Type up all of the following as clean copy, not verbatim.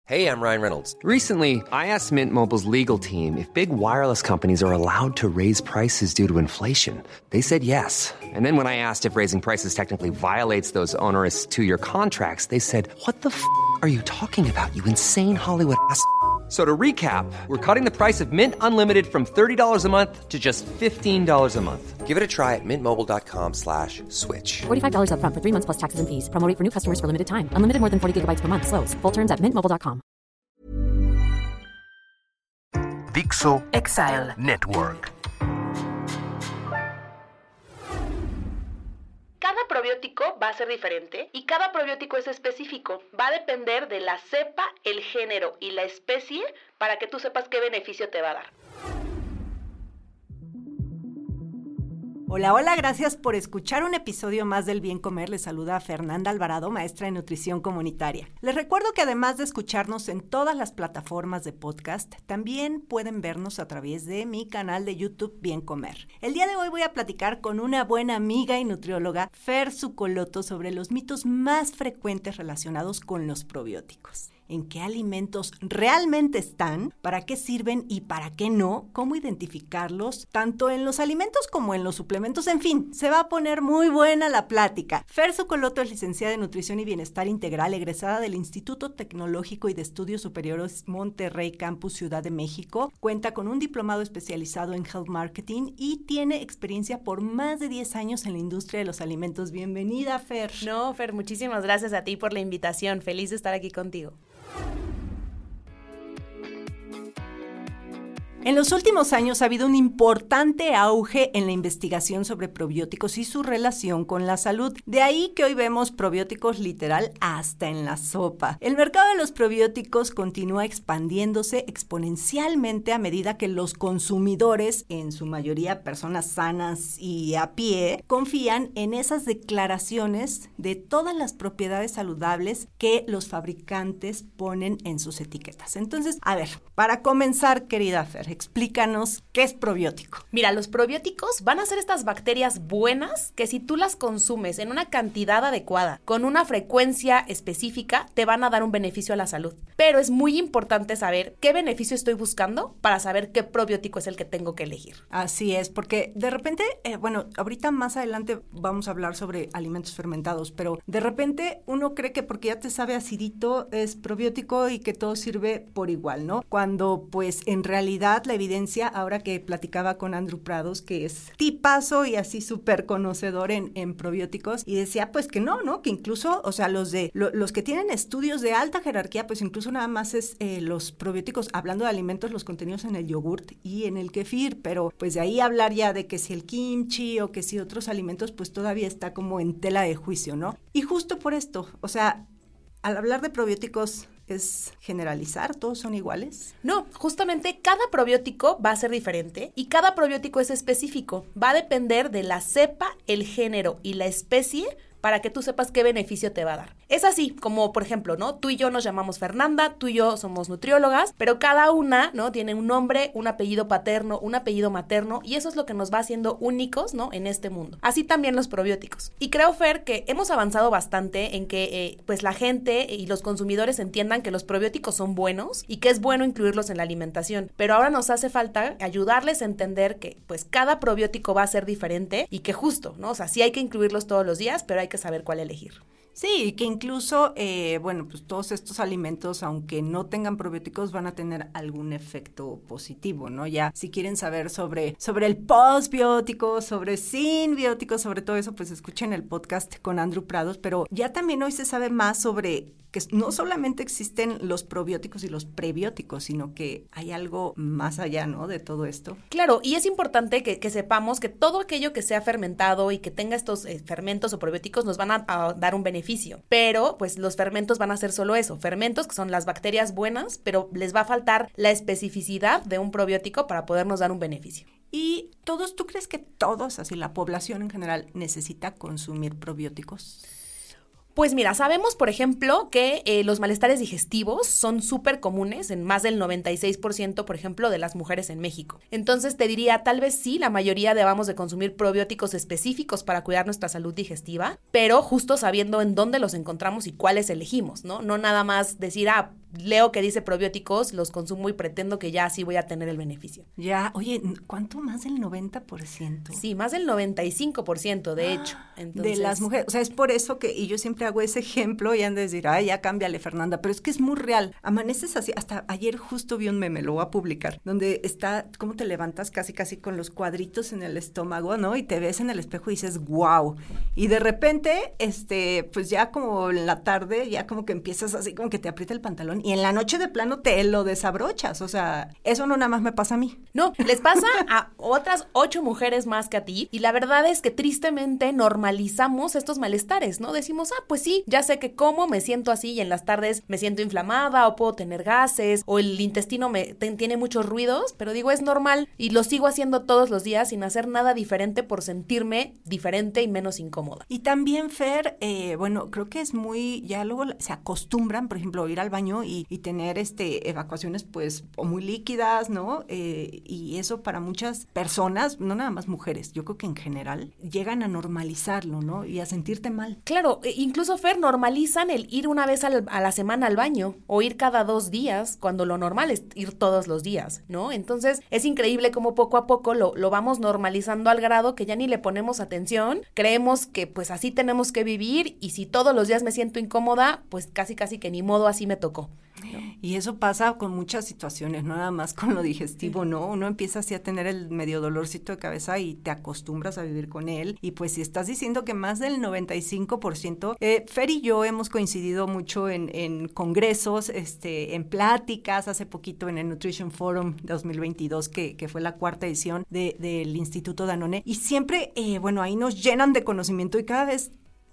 Hey, I'm Ryan Reynolds. Recently, I asked Mint Mobile's legal team if big wireless companies are allowed to raise prices due to inflation. They said yes. And then when I asked if raising prices technically violates those onerous two-year contracts, they said, "What the f*** are you talking about, you insane Hollywood ass?" So to recap, we're cutting the price of Mint Unlimited from $30 a month to just $15 a month. Give it a try at mintmobile.com/switch. $45 up front for 3 months plus taxes and fees. Promo rate for new customers for limited time. Unlimited more than 40 gigabytes per month. Slows full terms at mintmobile.com. Dixo Exile Network. Cada probiótico va a ser diferente y cada probiótico es específico. Va a depender de la cepa, el género y la especie para que tú sepas qué beneficio te va a dar. Hola, hola, gracias por escuchar un episodio más del Bien Comer. Les saluda Fernanda Alvarado, maestra en nutrición comunitaria. Les recuerdo que además de escucharnos en todas las plataformas de podcast, también pueden vernos a través de mi canal de YouTube Bien Comer. El día de hoy voy a platicar con una buena amiga y nutrióloga, Fer Sucoloto, sobre los mitos más frecuentes relacionados con los probióticos. En qué alimentos realmente están, para qué sirven y para qué no, cómo identificarlos, tanto en los alimentos como en los suplementos, en fin, se va a poner muy buena la plática. Fer Sucoloto es licenciada en Nutrición y Bienestar Integral, egresada del Instituto Tecnológico y de Estudios Superiores Monterrey Campus Ciudad de México, cuenta con un diplomado especializado en Health Marketing y tiene experiencia por más de 10 años en la industria de los alimentos. Bienvenida, Fer. No, Fer, muchísimas gracias a ti por la invitación. Feliz de estar aquí contigo. En los últimos años ha habido un importante auge en la investigación sobre probióticos y su relación con la salud. De ahí que hoy vemos probióticos literal hasta en la sopa. El mercado de los probióticos continúa expandiéndose exponencialmente a medida que los consumidores, en su mayoría personas sanas y a pie, confían en esas declaraciones de todas las propiedades saludables que los fabricantes ponen en sus etiquetas. Entonces, a ver, para comenzar, querida Fer, explícanos qué es probiótico. Mira, los probióticos van a ser estas bacterias buenas que si tú las consumes en una cantidad adecuada, con una frecuencia específica, te van a dar un beneficio a la salud. Pero es muy importante saber qué beneficio estoy buscando para saber qué probiótico es el que tengo que elegir. Así es, porque de repente, ahorita más adelante vamos a hablar sobre alimentos fermentados, pero de repente uno cree que porque ya te sabe acidito es probiótico y que todo sirve por igual, ¿no? Cuando pues en realidad la evidencia, ahora que platicaba con Andrew Prados, que es tipazo y así súper conocedor en probióticos, y decía pues que no, que incluso, o sea, los que tienen estudios de alta jerarquía, pues incluso nada más es los probióticos, hablando de alimentos, los contenidos en el yogurt y en el kefir, pero pues de ahí hablar ya de que si el kimchi o que si otros alimentos, pues todavía está como en tela de juicio, ¿no? Y justo por esto, o sea, al hablar de probióticos, ¿es generalizar? ¿Todos son iguales? No, justamente cada probiótico va a ser diferente y cada probiótico es específico. Va a depender de la cepa, el género y la especie para que tú sepas qué beneficio te va a dar. Es así, como por ejemplo, ¿no? Tú y yo nos llamamos Fernanda, tú y yo somos nutriólogas, pero cada una, ¿no? Tiene un nombre, un apellido paterno, un apellido materno, y eso es lo que nos va haciendo únicos, ¿no? En este mundo. Así también los probióticos. Y creo, Fer, que hemos avanzado bastante en que pues la gente y los consumidores entiendan que los probióticos son buenos y que es bueno incluirlos en la alimentación, pero ahora nos hace falta ayudarles a entender que pues cada probiótico va a ser diferente y que justo, ¿no? O sea, sí hay que incluirlos todos los días, pero hay que saber cuál elegir. Sí, que incluso, pues todos estos alimentos, aunque no tengan probióticos, van a tener algún efecto positivo, ¿no? Ya, si quieren saber sobre el postbiótico, sobre sinbióticos, sobre todo eso, pues escuchen el podcast con Andrew Prados, pero ya también hoy se sabe más sobre que no solamente existen los probióticos y los prebióticos, sino que hay algo más allá, ¿no? De todo esto. Claro, y es importante que sepamos que todo aquello que sea fermentado y que tenga estos fermentos o probióticos nos van a dar un beneficio, pero pues los fermentos van a ser solo eso, fermentos que son las bacterias buenas, pero les va a faltar la especificidad de un probiótico para podernos dar un beneficio. Y ¿tú crees que todos, así la población en general, necesita consumir probióticos? Pues mira, sabemos, por ejemplo, que los malestares digestivos son súper comunes en más del 96%, por ejemplo, de las mujeres en México. Entonces te diría, tal vez sí, la mayoría debamos de consumir probióticos específicos para cuidar nuestra salud digestiva, pero justo sabiendo en dónde los encontramos y cuáles elegimos, ¿no? No nada más decir, leo que dice probióticos, los consumo y pretendo que ya así voy a tener el beneficio. Ya, oye, ¿cuánto más del 90%? Sí, más del 95%, de hecho. Entonces, de las mujeres, o sea, es por eso que, y yo siempre hago ese ejemplo y han de decir, ay, ya cámbiale, Fernanda, pero es que es muy real. Amaneces así, hasta ayer justo vi un meme, lo voy a publicar, donde está, cómo te levantas casi con los cuadritos en el estómago, ¿no? Y te ves en el espejo y dices, wow. Y de repente, pues ya como en la tarde, ya como que empiezas así, como que te aprieta el pantalón y en la noche de plano te lo desabrochas. O sea, eso no nada más me pasa a mí. No, les pasa a otras 8 mujeres más que a ti y la verdad es que tristemente normalizamos estos malestares, ¿no? Decimos, pues sí, ya sé que como, me siento así y en las tardes me siento inflamada o puedo tener gases o el intestino tiene muchos ruidos, pero digo, es normal y lo sigo haciendo todos los días sin hacer nada diferente por sentirme diferente y menos incómoda. Y también, Fer, bueno, creo que es muy, ya luego se acostumbran, por ejemplo, ir al baño y tener evacuaciones pues o muy líquidas, ¿no? Y eso para muchas personas, no nada más mujeres, yo creo que en general llegan a normalizarlo, ¿no? Y a sentirte mal. Claro, incluso, Fer, normalizan el ir una vez a la semana al baño o ir cada 2 días, cuando lo normal es ir todos los días, ¿no? Entonces es increíble cómo poco a poco lo vamos normalizando al grado que ya ni le ponemos atención, creemos que pues así tenemos que vivir y si todos los días me siento incómoda, pues casi que ni modo, así me tocó. Y eso pasa con muchas situaciones, no nada más con lo digestivo, ¿no? Uno empieza así a tener el medio dolorcito de cabeza y te acostumbras a vivir con él. Y pues si estás diciendo que más del 95%, Fer y yo hemos coincidido mucho en congresos, en pláticas, hace poquito en el Nutrition Forum 2022, que fue la 4ª edición del Instituto Danone. Y siempre, bueno, ahí nos llenan de conocimiento y cada vez...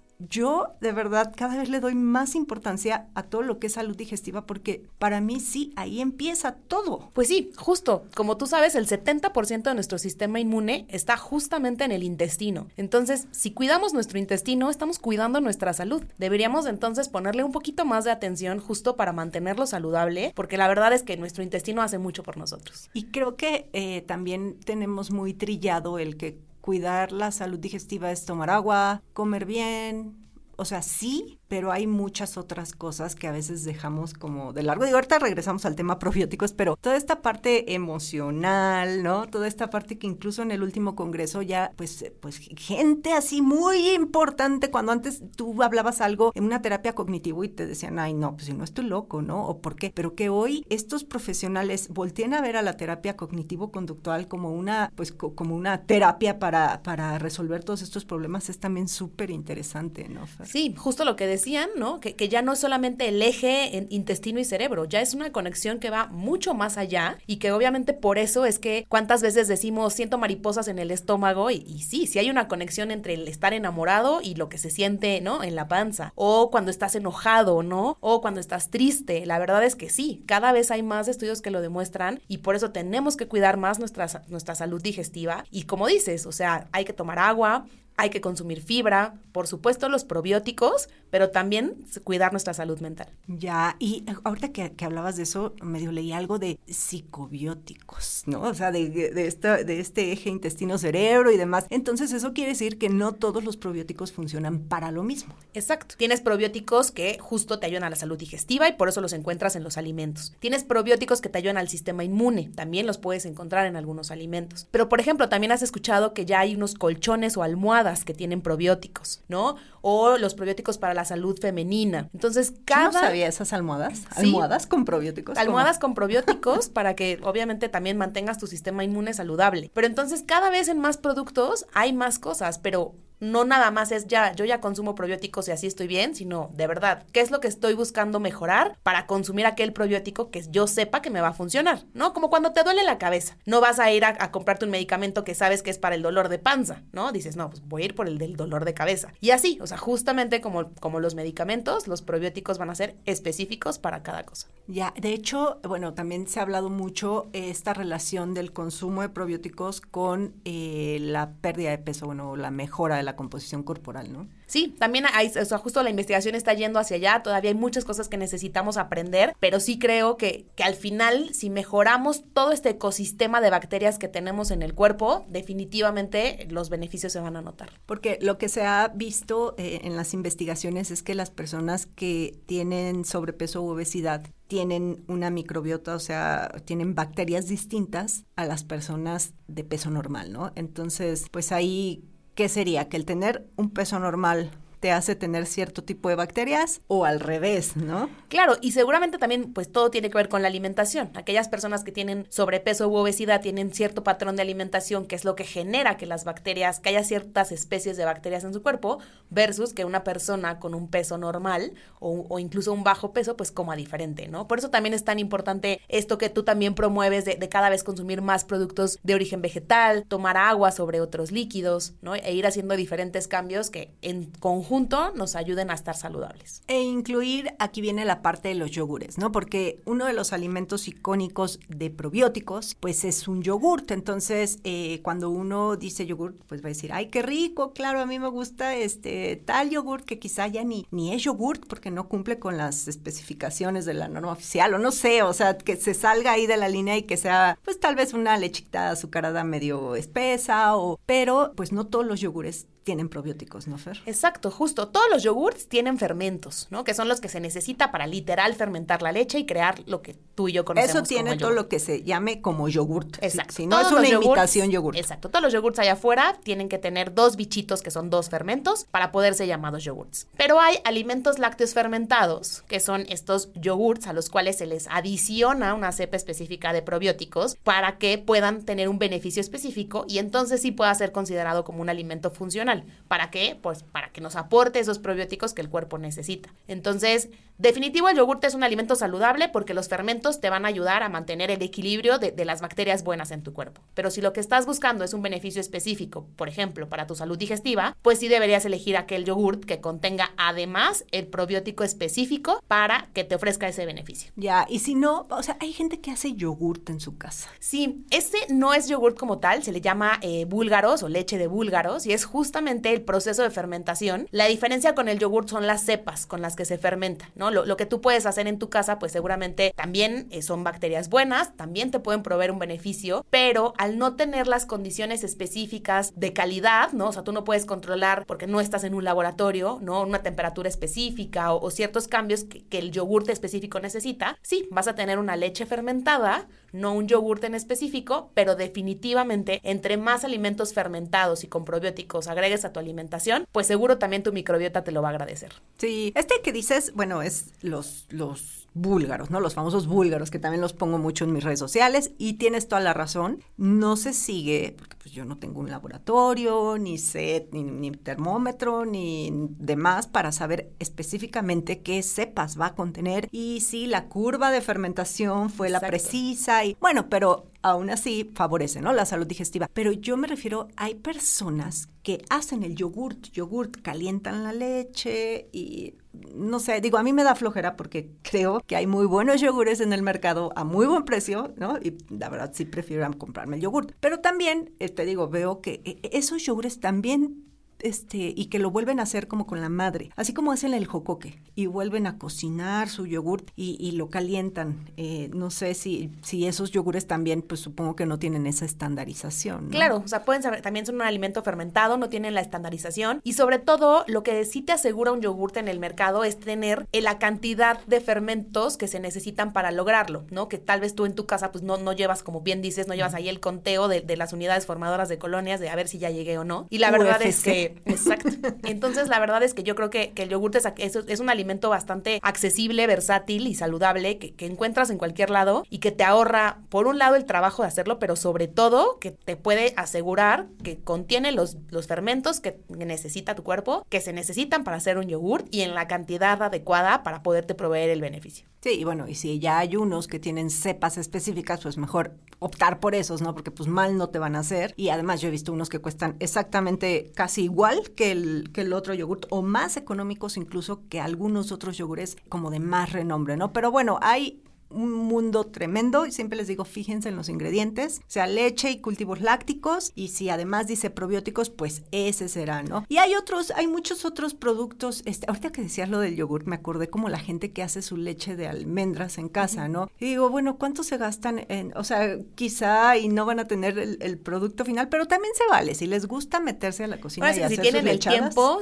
Yo, de verdad, cada vez le doy más importancia a todo lo que es salud digestiva porque para mí sí, ahí empieza todo. Pues sí, justo. Como tú sabes, el 70% de nuestro sistema inmune está justamente en el intestino. Entonces, si cuidamos nuestro intestino, estamos cuidando nuestra salud. Deberíamos entonces ponerle un poquito más de atención justo para mantenerlo saludable, porque la verdad es que nuestro intestino hace mucho por nosotros. Y creo que también tenemos muy trillado el que cuidar la salud digestiva es tomar agua, comer bien, o sea, sí, pero hay muchas otras cosas que a veces dejamos como de largo. Y ahorita regresamos al tema probióticos, pero toda esta parte emocional, ¿no? Toda esta parte que incluso en el último congreso ya, pues gente así muy importante, cuando antes tú hablabas algo en una terapia cognitivo y te decían, ay, no, pues si no estoy loco, ¿no? ¿O por qué? Pero que hoy estos profesionales volteen a ver a la terapia cognitivo-conductual como una, pues como una terapia para resolver todos estos problemas es también súper interesante, ¿no, Fer? Sí, justo lo que decían, ¿no? Que ya no es solamente el eje en intestino y cerebro, ya es una conexión que va mucho más allá y que obviamente por eso es que cuántas veces decimos siento mariposas en el estómago y sí hay una conexión entre el estar enamorado y lo que se siente, ¿no? En la panza, o cuando estás enojado, ¿no? O cuando estás triste. La verdad es que sí, cada vez hay más estudios que lo demuestran y por eso tenemos que cuidar más nuestra salud digestiva y como dices, o sea, hay que tomar agua, hay que consumir fibra, por supuesto los probióticos, pero también cuidar nuestra salud mental. Ya, y ahorita que hablabas de eso, medio leí algo de psicobióticos, ¿no? O sea, de este eje intestino-cerebro y demás. Entonces, eso quiere decir que no todos los probióticos funcionan para lo mismo. Exacto. Tienes probióticos que justo te ayudan a la salud digestiva y por eso los encuentras en los alimentos. Tienes probióticos que te ayudan al sistema inmune, también los puedes encontrar en algunos alimentos. Pero, por ejemplo, también has escuchado que ya hay unos colchones o almohadas que tienen probióticos, ¿no? O los probióticos para la salud femenina. Entonces, Yo no sabía esas almohadas. ¿Sí? ¿Almohadas con probióticos? Almohadas con probióticos para que obviamente también mantengas tu sistema inmune saludable. Pero entonces cada vez en más productos hay más cosas, pero no nada más es yo ya consumo probióticos y así estoy bien, sino de verdad, ¿qué es lo que estoy buscando mejorar para consumir aquel probiótico que yo sepa que me va a funcionar? ¿No? Como cuando te duele la cabeza. No vas a ir a comprarte un medicamento que sabes que es para el dolor de panza, ¿no? Dices, no, pues voy a ir por el del dolor de cabeza. Y así, o sea, justamente como los medicamentos, los probióticos van a ser específicos para cada cosa. Ya, de hecho, bueno, también se ha hablado mucho esta relación del consumo de probióticos con la pérdida de peso, bueno, la mejora de la la composición corporal, ¿no? Sí, también hay, o sea, justo la investigación está yendo hacia allá, todavía hay muchas cosas que necesitamos aprender, pero sí creo que al final, si mejoramos todo este ecosistema de bacterias que tenemos en el cuerpo, definitivamente los beneficios se van a notar. Porque lo que se ha visto en las investigaciones es que las personas que tienen sobrepeso u obesidad tienen una microbiota, o sea, tienen bacterias distintas a las personas de peso normal, ¿no? Entonces, pues ahí, ¿qué sería? Que el tener un peso normal te hace tener cierto tipo de bacterias o al revés, ¿no? Claro, y seguramente también pues todo tiene que ver con la alimentación. Aquellas personas que tienen sobrepeso u obesidad tienen cierto patrón de alimentación que es lo que genera que las bacterias, que haya ciertas especies de bacterias en su cuerpo versus que una persona con un peso normal o incluso un bajo peso pues coma diferente, ¿no? Por eso también es tan importante esto que tú también promueves de cada vez consumir más productos de origen vegetal, tomar agua sobre otros líquidos, ¿no? E ir haciendo diferentes cambios que en conjunto nos ayuden a estar saludables. E incluir, aquí viene la parte de los yogures, ¿no? Porque uno de los alimentos icónicos de probióticos, pues es un yogurt. Entonces, cuando uno dice yogurt, pues va a decir, ¡ay, qué rico! Claro, a mí me gusta tal yogurt que quizá ya ni es yogurt porque no cumple con las especificaciones de la norma oficial, o no sé, o sea, que se salga ahí de la línea y que sea, pues tal vez una lechita azucarada medio espesa, pero pues no todos los yogures tienen probióticos, ¿no, Fer? Exacto, justo. Todos los yogurts tienen fermentos, ¿no? Que son los que se necesita para literal fermentar la leche y crear lo que tú y yo conocemos Eso tiene como todo yogurt. lo que se llame como yogurt. Exacto. Si no es una imitación yogurt. Exacto. Todos los yogurts allá afuera tienen que tener 2 bichitos que son 2 fermentos para poder ser llamados yogurts. Pero hay alimentos lácteos fermentados, que son estos yogurts a los cuales se les adiciona una cepa específica de probióticos para que puedan tener un beneficio específico y entonces sí pueda ser considerado como un alimento funcional. ¿Para qué? Pues para que nos aporte esos probióticos que el cuerpo necesita. Entonces, definitivo, el yogurt es un alimento saludable porque los fermentos te van a ayudar a mantener el equilibrio de las bacterias buenas en tu cuerpo. Pero si lo que estás buscando es un beneficio específico, por ejemplo, para tu salud digestiva, pues sí deberías elegir aquel yogurt que contenga además el probiótico específico para que te ofrezca ese beneficio. Ya, y si no, o sea, hay gente que hace yogurt en su casa. Sí, este no es yogurt como tal, se le llama búlgaros o leche de búlgaros y es justamente el proceso de fermentación. La diferencia con el yogurt son las cepas con las que se fermenta, ¿no? Lo que tú puedes hacer en tu casa, pues seguramente también son bacterias buenas, también te pueden proveer un beneficio, pero al no tener las condiciones específicas de calidad, ¿no? O sea, tú no puedes controlar porque no estás en un laboratorio, ¿no? Una temperatura específica o ciertos cambios que el yogurt específico necesita. Sí, vas a tener una leche fermentada, no un yogurt en específico, pero definitivamente entre más alimentos fermentados y con probióticos agregues a tu alimentación, pues seguro también tu microbiota te lo va a agradecer. Sí, que dices, bueno, es los búlgaros, ¿no? Los famosos búlgaros, que también los pongo mucho en mis redes sociales, y tienes toda la razón, no se sigue, porque pues yo no tengo un laboratorio, ni set, ni termómetro, ni demás para saber específicamente qué cepas va a contener y si la curva de fermentación fue la precisa, y bueno, pero aún así favorece, ¿no? La salud digestiva. Pero yo me refiero, hay personas que hacen el yogurt, calientan la leche y no sé, digo, a mí me da flojera porque creo que hay muy buenos yogures en el mercado a muy buen precio, ¿no? Y la verdad sí prefiero comprarme el yogurt. Pero también, te digo, veo que esos yogures también y que lo vuelven a hacer como con la madre, así como hacen el jocoque y vuelven a cocinar su yogurt y lo calientan. No sé si esos yogures también, pues supongo que no tienen esa estandarización, ¿no? Claro, o sea, pueden saber, también son un alimento fermentado, no tienen la estandarización y sobre todo lo que sí te asegura un yogurt en el mercado es tener la cantidad de fermentos que se necesitan para lograrlo, ¿no? Que tal vez tú en tu casa pues no llevas, como bien dices, no llevas ahí el conteo de las unidades formadoras de colonias de a ver si ya llegué o no. Y la verdad es que exacto. Entonces, la verdad es que yo creo que el yogurt es un alimento bastante accesible, versátil y saludable que encuentras en cualquier lado y que te ahorra, por un lado, el trabajo de hacerlo, pero sobre todo que te puede asegurar que contiene los fermentos que necesita tu cuerpo, que se necesitan para hacer un yogurt y en la cantidad adecuada para poderte proveer el beneficio. Sí, y bueno, y si ya hay unos que tienen cepas específicas, pues mejor optar por esos, ¿no? Porque pues mal no te van a hacer. Y además yo he visto unos que cuestan exactamente casi igual que el otro yogurt, o más económicos incluso que algunos otros yogures como de más renombre, ¿no? Pero bueno, hay un mundo tremendo y siempre les digo, fíjense en los ingredientes, sea leche y cultivos lácticos, y si además dice probióticos, pues ese será, ¿no? Y hay muchos otros productos, ahorita que decías lo del yogur, me acordé como la gente que hace su leche de almendras en casa, ¿no? Y digo, bueno, ¿cuánto se gastan o sea, quizá y no van a tener el producto final, pero también se vale, si les gusta meterse a la cocina y hacer si tienen sus el lechadas, tiempo,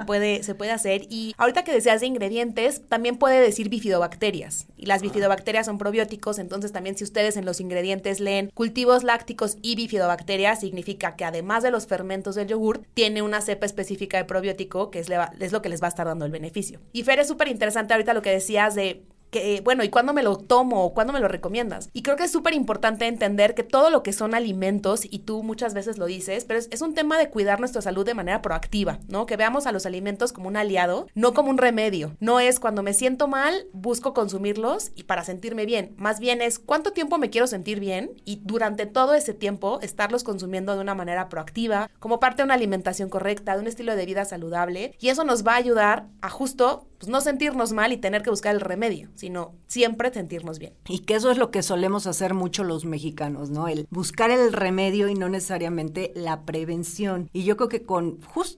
se puede hacer. Y ahorita que decías de ingredientes, también puede decir bifidobacterias, y las bifidobacterias son probióticos, entonces también si ustedes en los ingredientes leen cultivos lácticos y bifidobacterias, significa que además de los fermentos del yogur, tiene una cepa específica de probiótico que es lo que les va a estar dando el beneficio. Y Fer, es súper interesante ahorita lo que decías de que, bueno, ¿y cuándo me lo tomo o cuándo me lo recomiendas? Y creo que es súper importante entender que todo lo que son alimentos, y tú muchas veces lo dices, pero es un tema de cuidar nuestra salud de manera proactiva, ¿no? Que veamos a los alimentos como un aliado, no como un remedio. No es cuando me siento mal, busco consumirlos y para sentirme bien. Más bien es cuánto tiempo me quiero sentir bien y durante todo ese tiempo estarlos consumiendo de una manera proactiva, como parte de una alimentación correcta, de un estilo de vida saludable, y eso nos va a ayudar a justo pues, no sentirnos mal y tener que buscar el remedio, sino siempre sentirnos bien. Y que eso es lo que solemos hacer mucho los mexicanos, ¿no? El buscar el remedio y no necesariamente la prevención. Y yo creo que con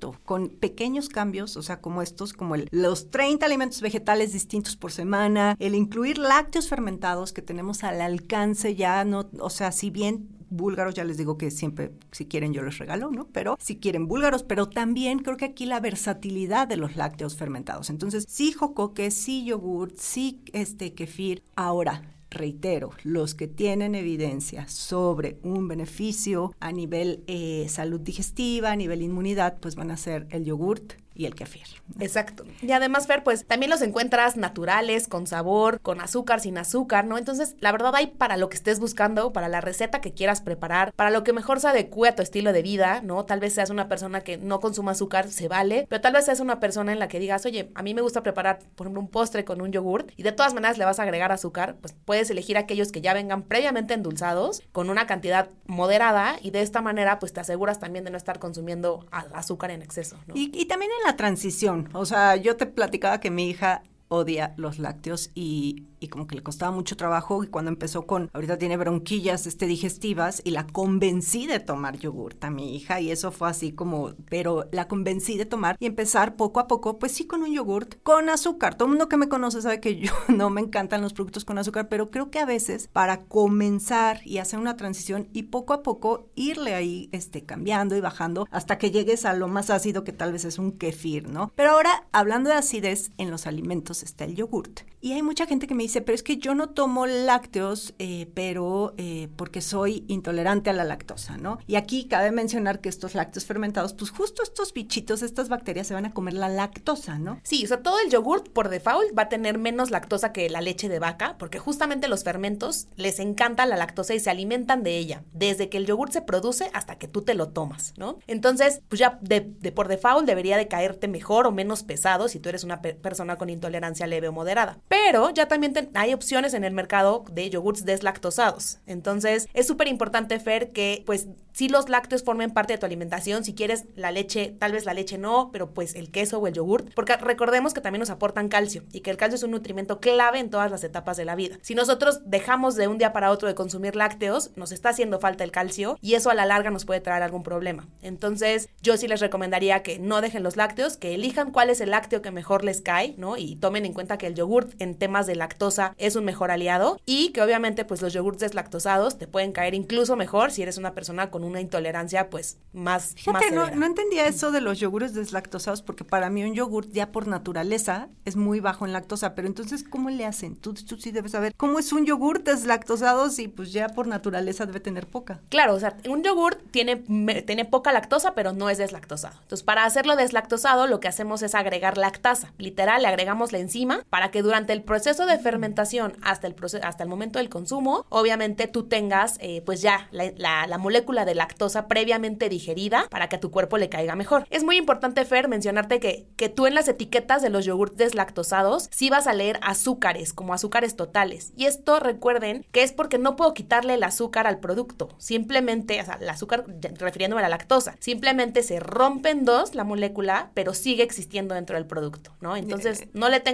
pequeños cambios, o sea, como estos, como los 30 alimentos vegetales distintos por semana, el incluir lácteos fermentados que tenemos al alcance ya, no, o sea, si bien búlgaros, ya les digo que siempre, si quieren yo les regalo, ¿no? Pero si quieren búlgaros, pero también creo que aquí la versatilidad de los lácteos fermentados. Entonces, sí jocoque, sí yogur, sí kefir. Ahora, reitero, los que tienen evidencia sobre un beneficio a nivel salud digestiva, a nivel inmunidad, pues van a ser el yogurt y el kefir. Exacto. Y además, Fer, pues también los encuentras naturales, con sabor, con azúcar, sin azúcar, ¿no? Entonces, la verdad hay para lo que estés buscando, para la receta que quieras preparar, para lo que mejor se adecue a tu estilo de vida, ¿no? Tal vez seas una persona que no consuma azúcar, se vale, pero tal vez seas una persona en la que digas, oye, a mí me gusta preparar, por ejemplo, un postre con un yogurt y de todas maneras le vas a agregar azúcar, pues puedes elegir aquellos que ya vengan previamente endulzados con una cantidad moderada y de esta manera, pues te aseguras también de no estar consumiendo azúcar en exceso, ¿no? Y también en la transición, o sea, yo te platicaba que mi hija odia los lácteos y como que le costaba mucho trabajo y cuando empezó ahorita tiene bronquillas digestivas y la convencí de tomar yogurt a mi hija y eso fue así pero la convencí de tomar y empezar poco a poco, pues sí con un yogurt con azúcar. Todo el mundo que me conoce sabe que yo no me encantan los productos con azúcar, pero creo que a veces para comenzar y hacer una transición y poco a poco irle ahí cambiando y bajando hasta que llegues a lo más ácido que tal vez es un kefir, ¿no? Pero ahora, hablando de acidez en los alimentos está el yogurt. Y hay mucha gente que me dice, pero es que yo no tomo lácteos, pero porque soy intolerante a la lactosa, ¿no? Y aquí cabe mencionar que estos lácteos fermentados, pues justo estos bichitos, estas bacterias se van a comer la lactosa, ¿no? Sí, o sea, todo el yogurt por default va a tener menos lactosa que la leche de vaca, porque justamente los fermentos les encanta la lactosa y se alimentan de ella, desde que el yogurt se produce hasta que tú te lo tomas, ¿no? Entonces, pues ya de por default debería de caerte mejor o menos pesado si tú eres una persona con intolerancia leve o moderada. Pero ya también hay opciones en el mercado de yogurts deslactosados. Entonces, es súper importante, Fer, que pues si los lácteos formen parte de tu alimentación, si quieres la leche, tal vez la leche no, pero pues el queso o el yogurt, porque recordemos que también nos aportan calcio y que el calcio es un nutrimento clave en todas las etapas de la vida. Si nosotros dejamos de un día para otro de consumir lácteos, nos está haciendo falta el calcio y eso a la larga nos puede traer algún problema. Entonces, yo sí les recomendaría que no dejen los lácteos, que elijan cuál es el lácteo que mejor les cae, ¿no? Y tomen en cuenta que el yogurt en temas de lactosa es un mejor aliado y que obviamente pues los yogurts deslactosados te pueden caer incluso mejor si eres una persona con una intolerancia pues más severa. No entendía eso de los yogures deslactosados porque para mí un yogurt ya por naturaleza es muy bajo en lactosa, pero entonces ¿cómo le hacen? Tú sí debes saber cómo es un yogurt deslactosado si pues ya por naturaleza debe tener poca. Claro, o sea, un yogurt tiene poca lactosa pero no es deslactosado. Entonces para hacerlo deslactosado lo que hacemos es agregar lactasa. Literal, le agregamos la enzima para que durante el proceso de fermentación hasta el momento del consumo, obviamente tú tengas pues ya la molécula de lactosa previamente digerida para que a tu cuerpo le caiga mejor. Es muy importante, Fer, mencionarte que tú en las etiquetas de los yogurts deslactosados sí vas a leer azúcares, como azúcares totales. Y esto recuerden que es porque no puedo quitarle el azúcar al producto. Simplemente, o sea, el azúcar, refiriéndome a la lactosa, simplemente se rompe en dos la molécula, pero sigue existiendo dentro del producto, ¿no? Entonces, no le tengan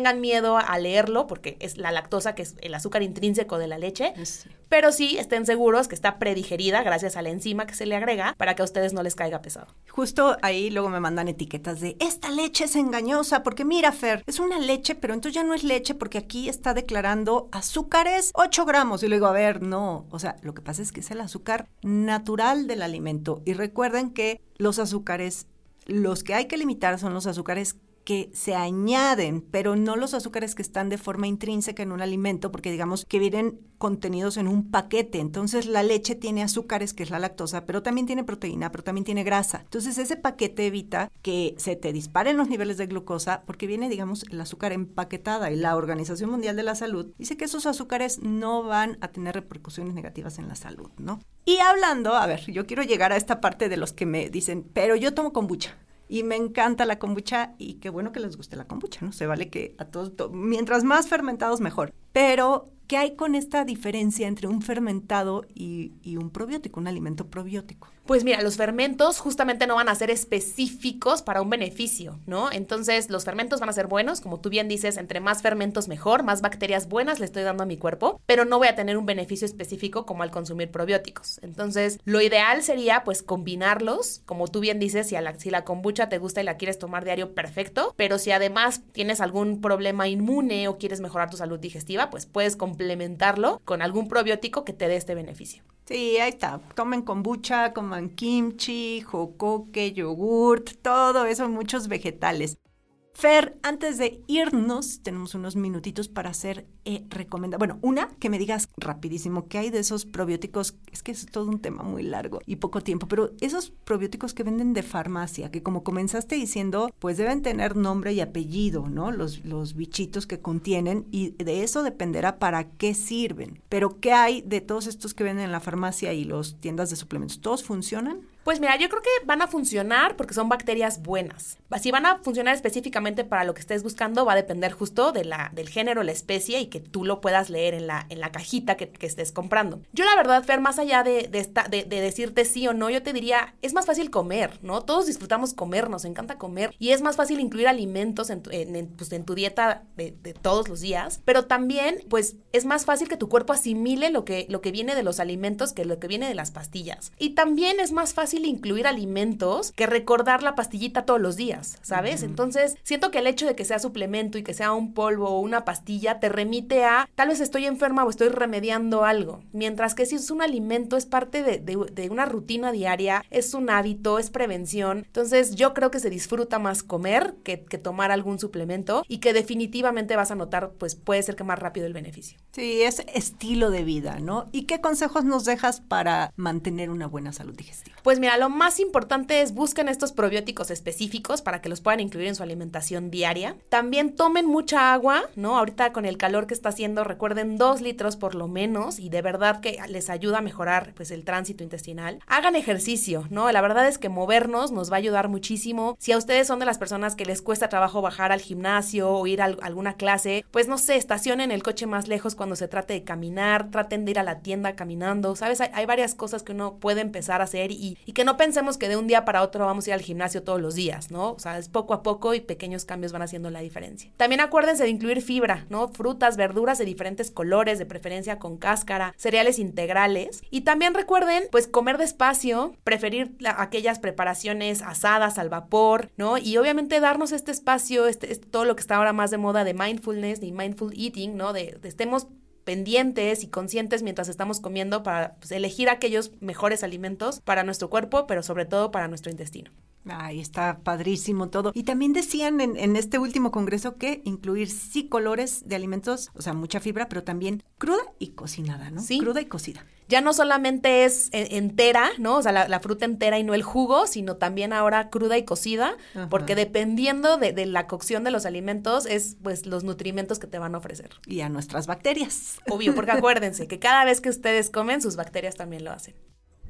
tengan miedo a leerlo porque es la lactosa, que es el azúcar intrínseco de la leche. Sí. Pero sí estén seguros que está predigerida gracias a la enzima que se le agrega para que a ustedes no les caiga pesado. Justo ahí luego me mandan etiquetas de esta leche es engañosa porque mira, Fer, es una leche, pero entonces ya no es leche porque aquí está declarando azúcares 8 gramos. Y le digo, a ver, no, o sea, lo que pasa es que es el azúcar natural del alimento. Y recuerden que los azúcares, los que hay que limitar son los azúcares que se añaden, pero no los azúcares que están de forma intrínseca en un alimento, porque digamos que vienen contenidos en un paquete. Entonces la leche tiene azúcares, que es la lactosa, pero también tiene proteína, pero también tiene grasa. Entonces ese paquete evita que se te disparen los niveles de glucosa porque viene, digamos, el azúcar empaquetada, y la Organización Mundial de la Salud dice que esos azúcares no van a tener repercusiones negativas en la salud, ¿no? Y hablando, a ver, yo quiero llegar a esta parte de los que me dicen, pero yo tomo kombucha. Y me encanta la kombucha y qué bueno que les guste la kombucha, ¿no? Se vale que a todos, mientras más fermentados, mejor. Pero, ¿qué hay con esta diferencia entre un fermentado y un probiótico, un alimento probiótico? Pues mira, los fermentos justamente no van a ser específicos para un beneficio, ¿no? Entonces, los fermentos van a ser buenos, como tú bien dices, entre más fermentos mejor, más bacterias buenas le estoy dando a mi cuerpo, pero no voy a tener un beneficio específico como al consumir probióticos. Entonces, lo ideal sería, pues, combinarlos, como tú bien dices, si la kombucha te gusta y la quieres tomar diario, perfecto, pero si además tienes algún problema inmune o quieres mejorar tu salud digestiva, pues puedes complementarlo con algún probiótico que te dé este beneficio. Sí, ahí está. Tomen kombucha, coman kimchi, jocoque, yogurt, todo eso, muchos vegetales. Fer, antes de irnos, tenemos unos minutitos para hacer bueno, una, que me digas rapidísimo qué hay de esos probióticos. Es que es todo un tema muy largo y poco tiempo, pero esos probióticos que venden de farmacia, que como comenzaste diciendo, pues deben tener nombre y apellido, ¿no? Los bichitos que contienen, y de eso dependerá para qué sirven. Pero ¿qué hay de todos estos que venden en la farmacia y las tiendas de suplementos? ¿Todos funcionan? Pues mira, yo creo que van a funcionar porque son bacterias buenas. Si van a funcionar específicamente para lo que estés buscando, va a depender justo del género, la especie, y que tú lo puedas leer en la cajita que estés comprando. Yo la verdad, Fer, más allá de decirte sí o no, yo te diría, es más fácil comer, ¿no? Todos disfrutamos comer, nos encanta comer, y es más fácil incluir alimentos en tu dieta de todos los días, pero también, pues, es más fácil que tu cuerpo asimile lo que viene de los alimentos que lo que viene de las pastillas. Y también es más fácil incluir alimentos que recordar la pastillita todos los días, ¿sabes? Entonces, siento que el hecho de que sea suplemento y que sea un polvo o una pastilla te remite a, tal vez estoy enferma o estoy remediando algo, mientras que si es un alimento, es parte de una rutina diaria, es un hábito, es prevención. Entonces, yo creo que se disfruta más comer que tomar algún suplemento, y que definitivamente vas a notar, pues puede ser que más rápido el beneficio. Sí, es estilo de vida, ¿no? ¿Y qué consejos nos dejas para mantener una buena salud digestiva? Pues mira, lo más importante es busquen estos probióticos específicos para que los puedan incluir en su alimentación diaria. También tomen mucha agua, ¿no? Ahorita con el calor que está haciendo, recuerden 2 litros por lo menos, y de verdad que les ayuda a mejorar, pues, el tránsito intestinal. Hagan ejercicio, ¿no? La verdad es que movernos nos va a ayudar muchísimo. Si a ustedes son de las personas que les cuesta trabajo bajar al gimnasio o ir a alguna clase, pues no sé, estacionen el coche más lejos cuando se trate de caminar, traten de ir a la tienda caminando, ¿sabes? Hay varias cosas que uno puede empezar a hacer, y que no pensemos que de un día para otro vamos a ir al gimnasio todos los días, ¿no? O sea, es poco a poco, y pequeños cambios van haciendo la diferencia. También acuérdense de incluir fibra, ¿no? Frutas, verduras de diferentes colores, de preferencia con cáscara, cereales integrales. Y también recuerden, pues, comer despacio, preferir aquellas preparaciones asadas al vapor, ¿no? Y obviamente darnos este espacio, todo lo que está ahora más de moda de mindfulness y mindful eating, ¿no? De estemos pendientes y conscientes mientras estamos comiendo para, pues, elegir aquellos mejores alimentos para nuestro cuerpo, pero sobre todo para nuestro intestino. Ay, está padrísimo todo. Y también decían en este último congreso que incluir sí colores de alimentos, o sea, mucha fibra, pero también cruda y cocinada, ¿no? Sí. Cruda y cocida. Ya no solamente es entera, ¿no? O sea, la fruta entera y no el jugo, sino también ahora cruda y cocida, Ajá. porque dependiendo de la cocción de los alimentos es, pues, los nutrimentos que te van a ofrecer. Y a nuestras bacterias. Obvio, porque acuérdense que cada vez que ustedes comen, sus bacterias también lo hacen.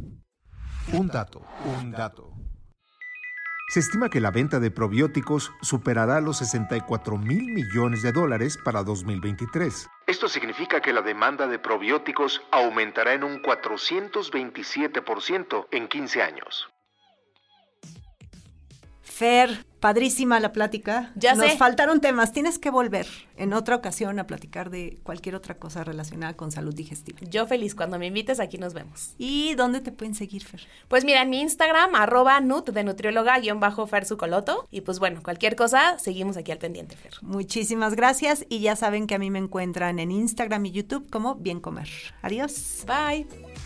Un dato. Se estima que la venta de probióticos superará los 64,000 millones de dólares para 2023. Esto significa que la demanda de probióticos aumentará en un 427% en 15 años. Fer, Padrísima la plática. Ya Nos sé. faltaron temas. Tienes que volver en otra ocasión a platicar de cualquier otra cosa relacionada con salud digestiva. Yo feliz, cuando me invites aquí nos vemos. ¿Y dónde te pueden seguir, Fer? Pues mira, en mi Instagram, @nut de nutrióloga_Fer Sucoloto. Y pues bueno, cualquier cosa, seguimos aquí al pendiente, Fer. Muchísimas gracias y ya saben que a mí me encuentran en Instagram y YouTube como Bien Comer. Adiós. Bye.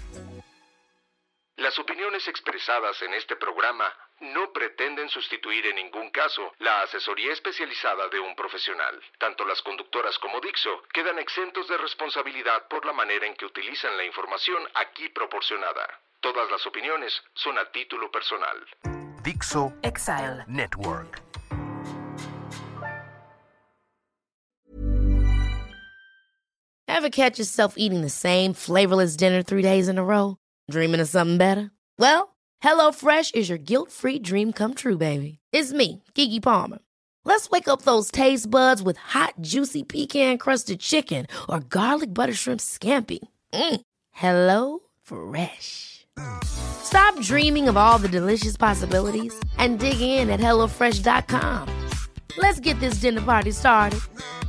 Las opiniones expresadas en este programa no pretenden sustituir en ningún caso la asesoría especializada de un profesional. Tanto las conductoras como Dixo quedan exentos de responsabilidad por la manera en que utilizan la información aquí proporcionada. Todas las opiniones son a título personal. Dixo Exile Network. Ever catch yourself eating the same flavorless dinner 3 days in a row? Dreaming of something better? Well, HelloFresh is your guilt-free dream come true, baby. It's me, Keke Palmer. Let's wake up those taste buds with hot, juicy pecan-crusted chicken or garlic butter shrimp scampi. Hello Fresh. Stop dreaming of all the delicious possibilities and dig in at HelloFresh.com. Let's get this dinner party started.